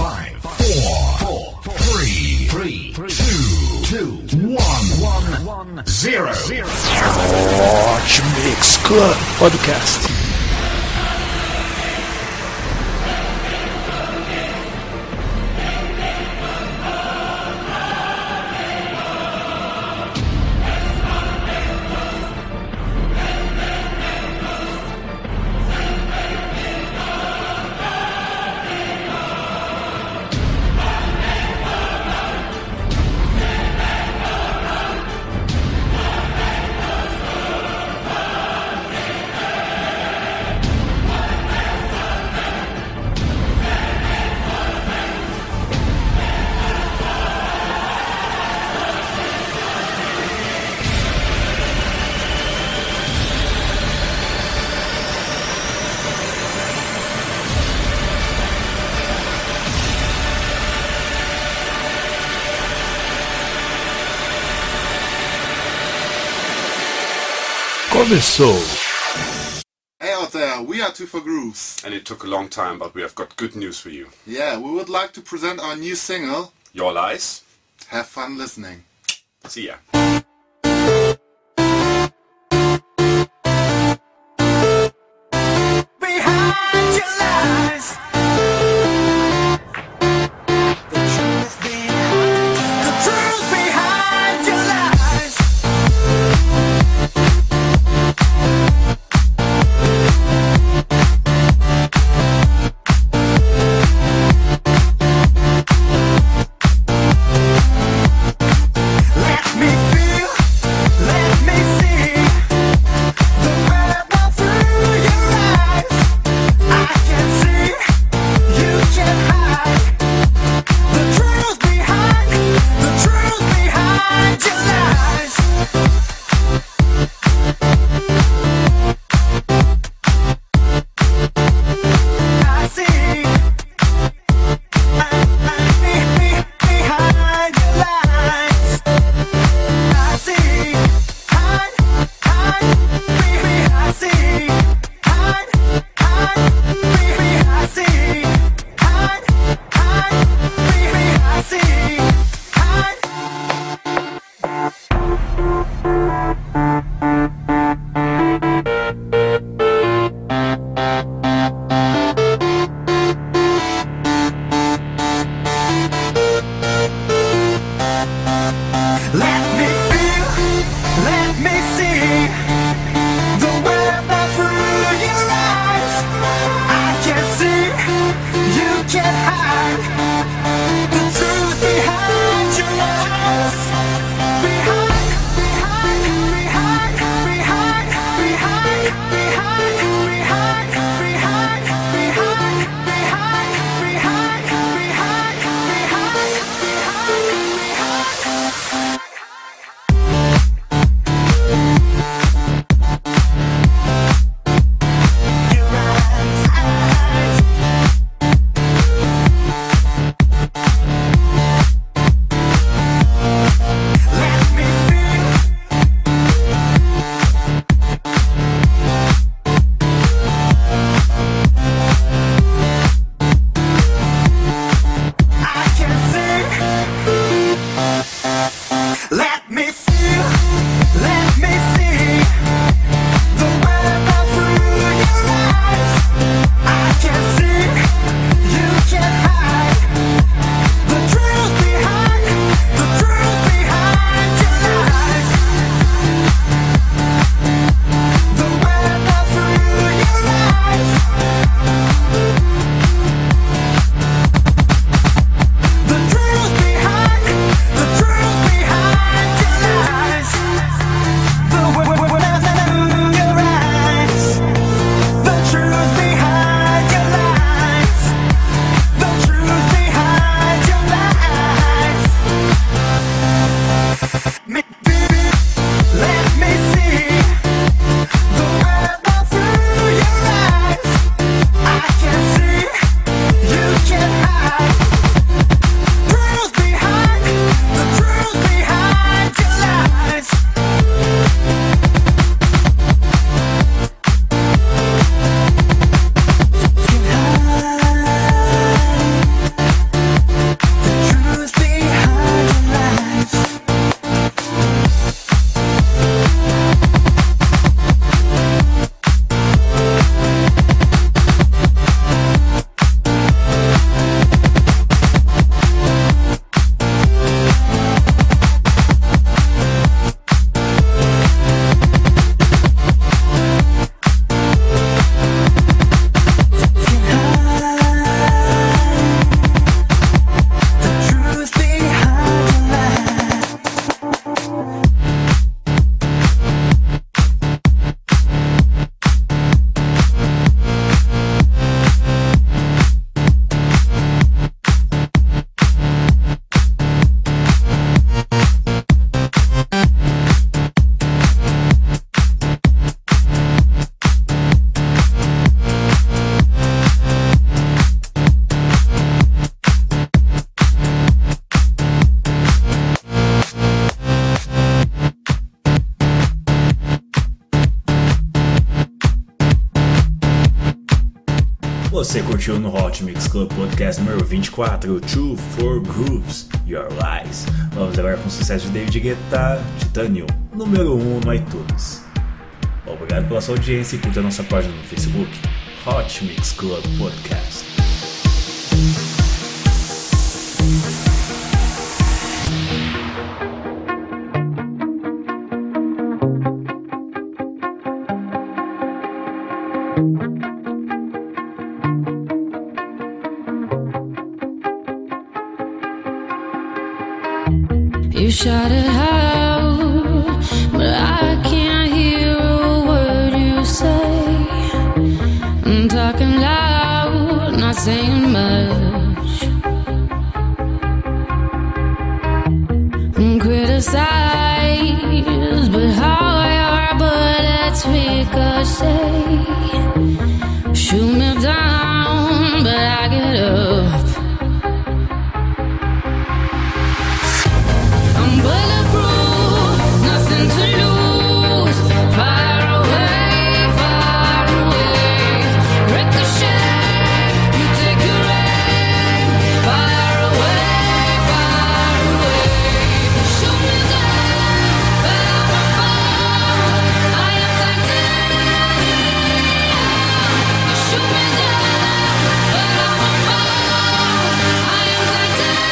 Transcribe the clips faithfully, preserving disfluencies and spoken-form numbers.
five, four, four, three, three, two, two, one, one, zero, zero. Hot Mix Club Podcast. Começou. Hey out there, we are Two for Grooves. And it took a long time, but we have got good news for you. Yeah, we would like to present our new single, Your Lies. Have fun listening. See ya. Behind your lies, the truth behind, the truth behind your lies. Let me feel, let me see the world run through your eyes. I can see, you can hide the truth behind, the truth behind your lies. I see, I, I, be, be, behind your lies. I see, hide, hide, baby, I see, hide, hide, baby, I see, hide, hide, baby, I see, hide. Let me feel, let me see the world run through your eyes. I can see, you can hide the truth behind your lies. Behind, behind, behind, behind, behind, behind, behind, behind, behind, behind, behind, behind, behind, behind. Your eyes, eyes. Você curtiu no Hot Mix Club Podcast número vinte e quatro, Two for Grooves, Your Lies. Vamos agora com o sucesso de David Guetta, Titanium, número um no iTunes. Obrigado pela sua audiência e curta a nossa página no Facebook, Hot Mix Club Podcast. You shout it out, but I can't hear a word you say. I'm talking loud, not saying much. I'm criticized, but how your bullets ricochet. Shoot me down, but I get up. Bulletproof, nothing to lose. Far away, far away. Ricochet, you take your aim. Far away, far away. Shoot me down, but I won't fall. I am titanium. You shoot me down, but I won't fall. I am titanium.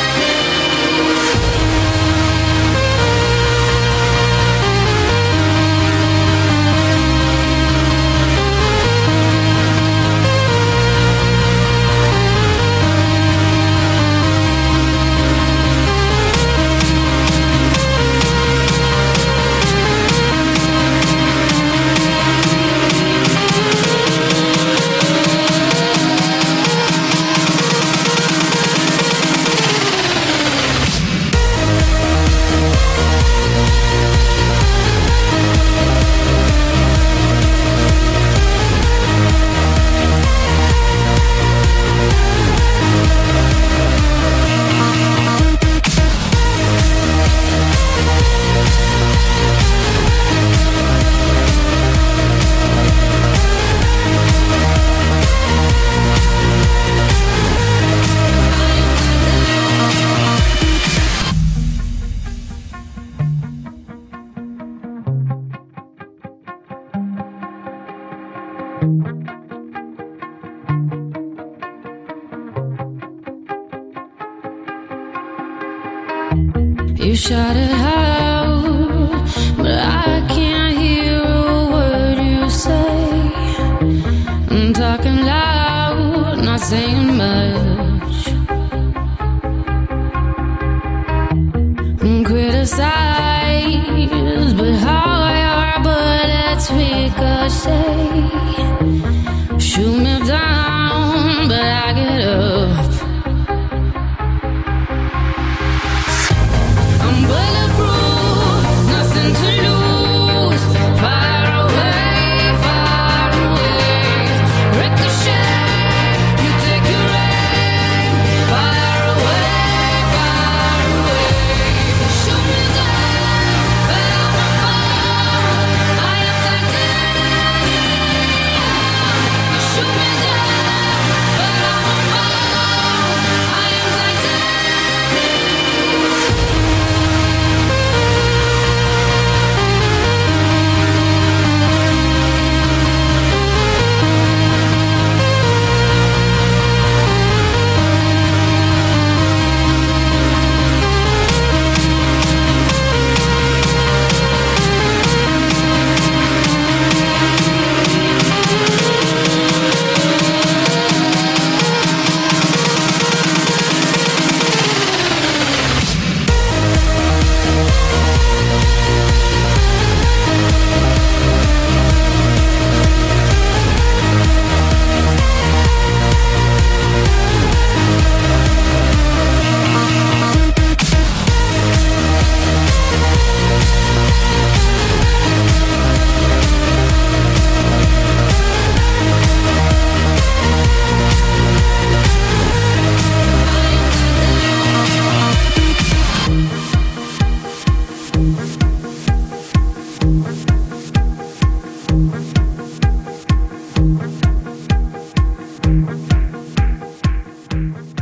You shout it out, but I can't hear a word you say. I'm talking loud, not saying much. I'm criticized, but how your bullets ricochet. Shoot me down, but I get up. Bulletproof, nothing to lose. Far away, far away. Ricochet, you take your aim.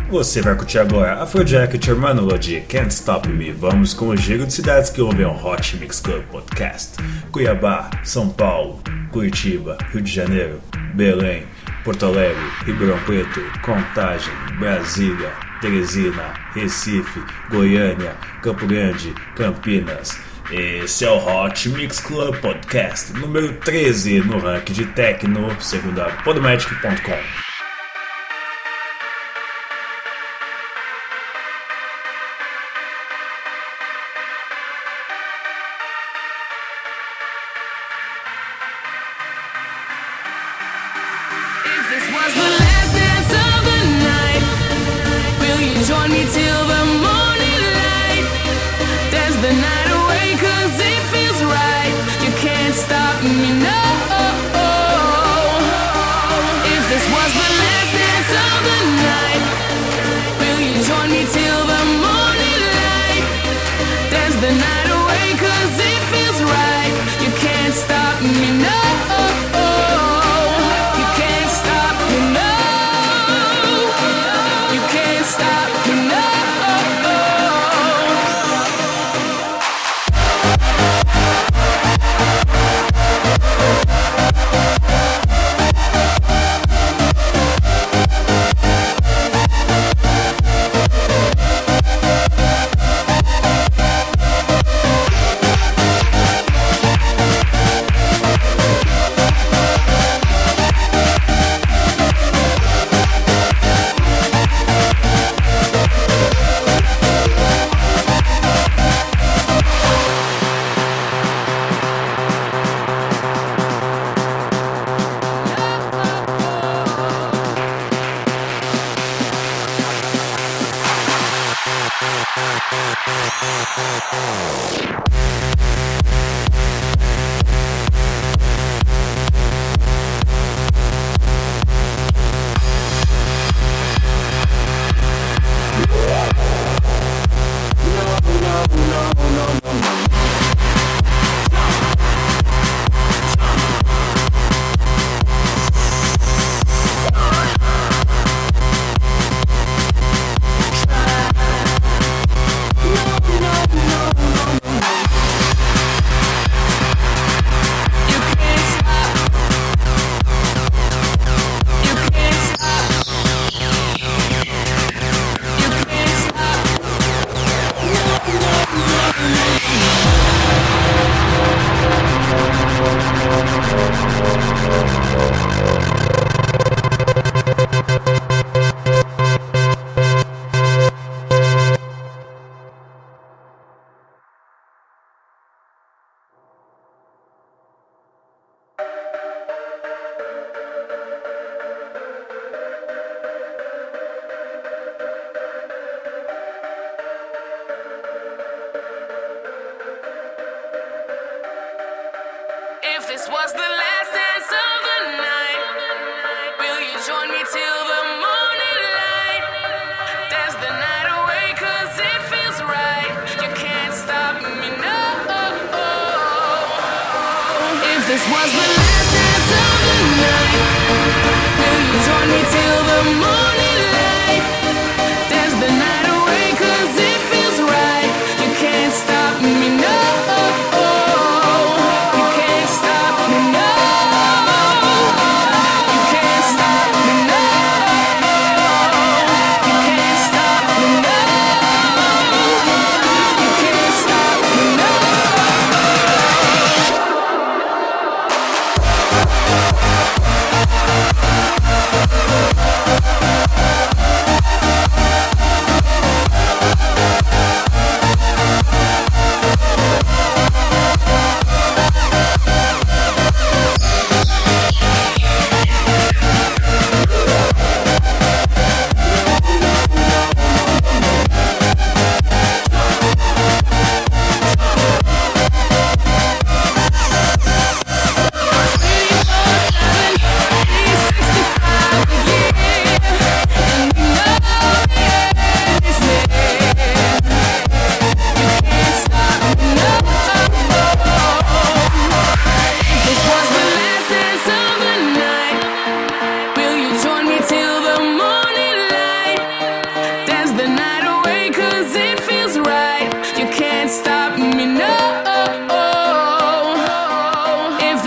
Você vai curtir agora Afrojacket Hermano de Can't Stop Me. Vamos com o giro de cidades que ouvem o Hot Mix Club Podcast. Cuiabá, São Paulo, Curitiba, Rio de Janeiro, Belém, Porto Alegre, Ribeirão Preto, Contagem, Brasília, Teresina, Recife, Goiânia, Campo Grande, Campinas. Esse é o Hot Mix Club Podcast, número treze no ranking de techno, segundo a Podomatic ponto com.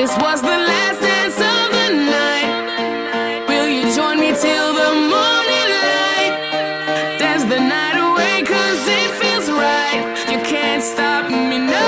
this was the last dance of the night, will you join me till the morning light? Dance the night away, cause it feels right. You can't stop me, no.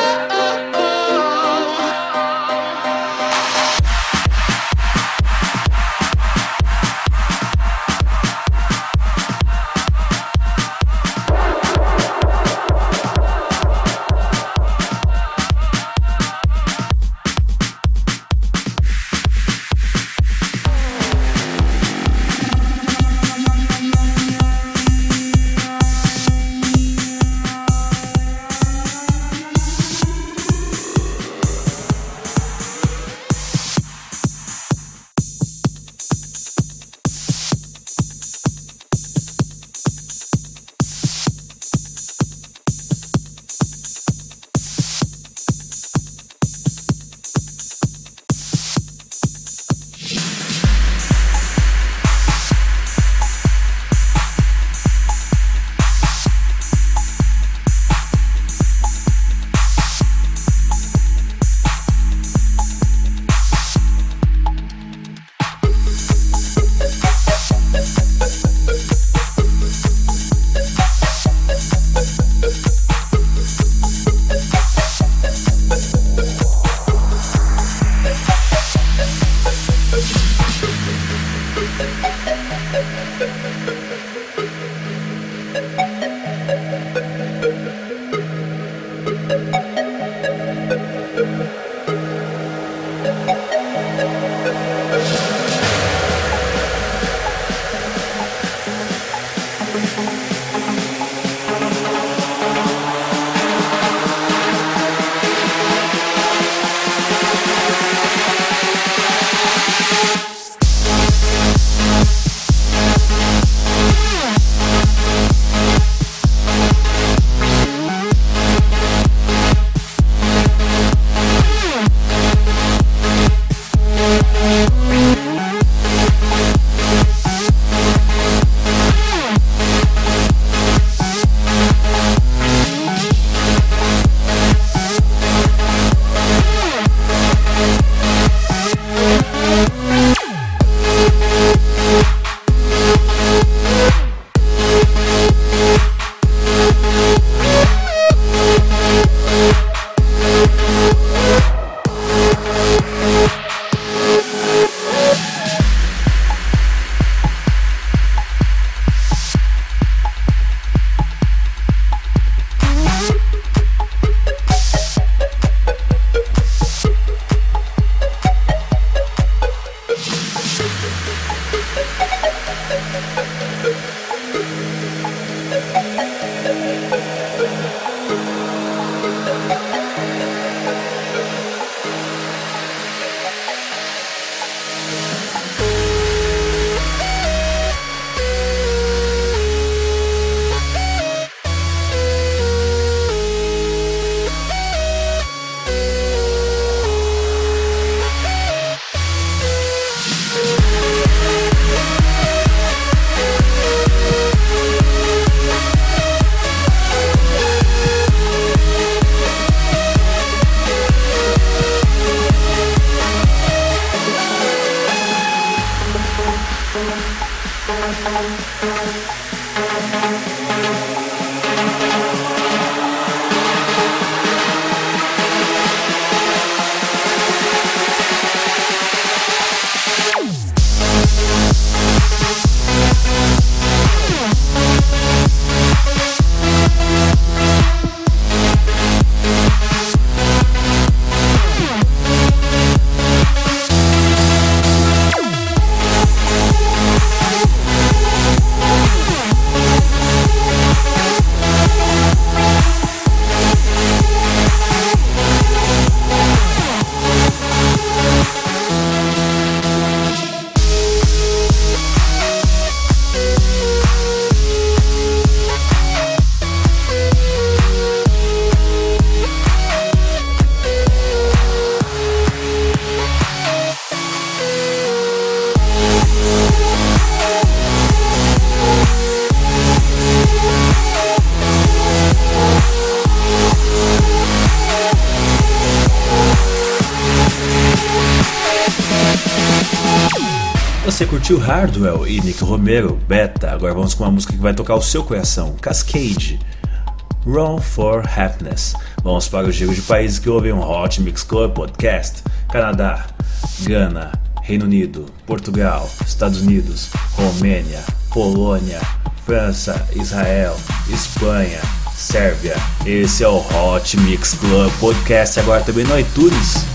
você curtiu Hardwell e Nick Romero, Beta. Agora vamos com uma música que vai tocar o seu coração, Cascade, Run for Happiness. Vamos para o giro de países que ouvem um Hot Mix Club Podcast: Canadá, Gana, Reino Unido, Portugal, Estados Unidos, Romênia, Polônia, França, Israel, Espanha, Sérvia. Esse é o Hot Mix Club Podcast, agora também no iTunes.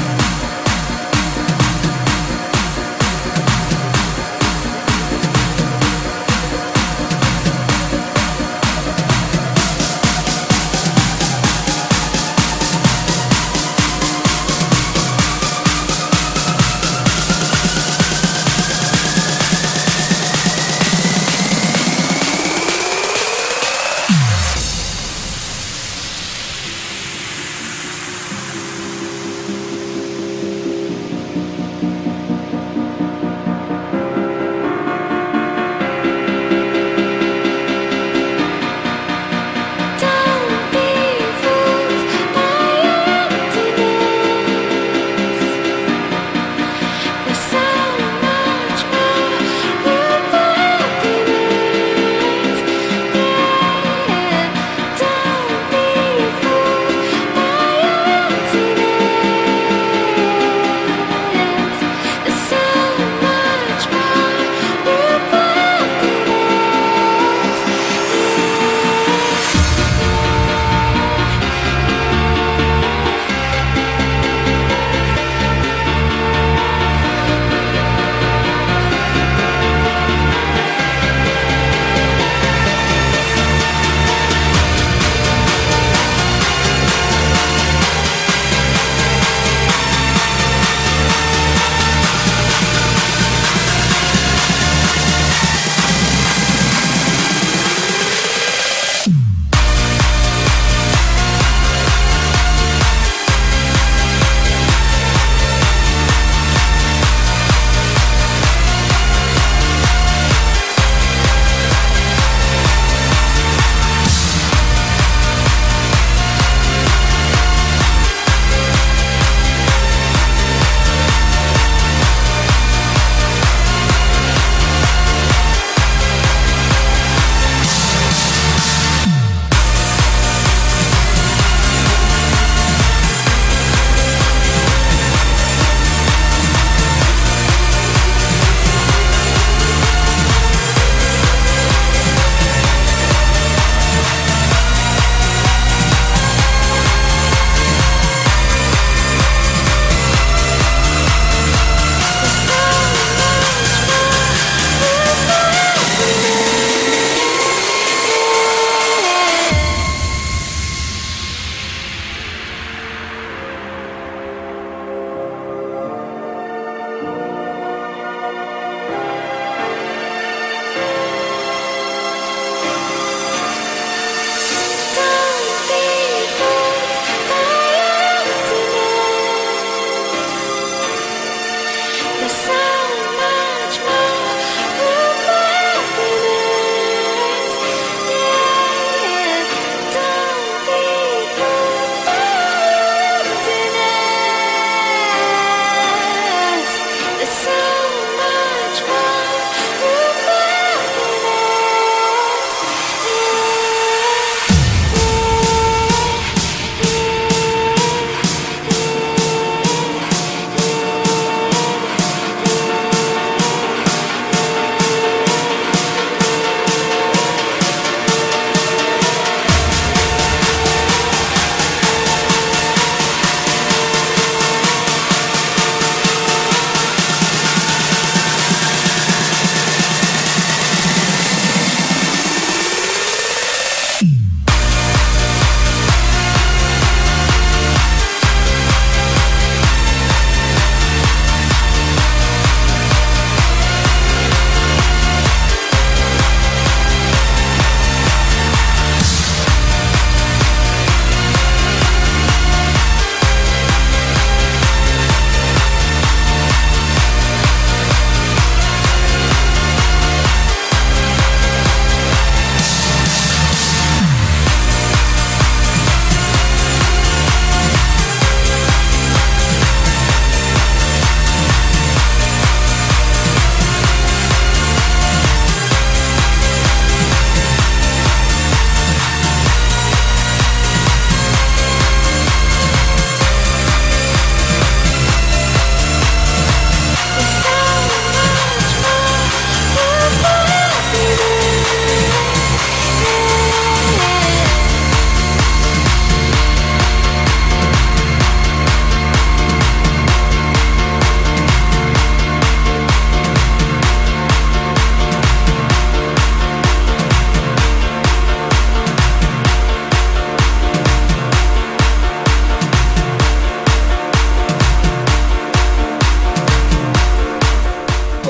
Cascade,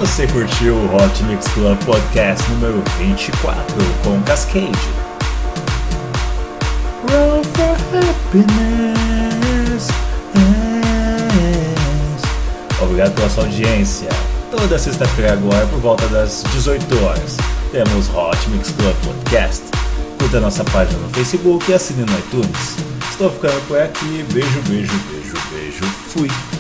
Você curtiu o Hot Mix Club Podcast número vinte e quatro com Cascade. Roll for happiness. Yes. Obrigado pela sua audiência. Toda sexta-feira agora, por volta das dezoito horas, temos Hot Mix Club Podcast. Curta nossa página no Facebook e assine no iTunes. Estou ficando por aqui. Beijo, beijo, beijo, beijo. Fui.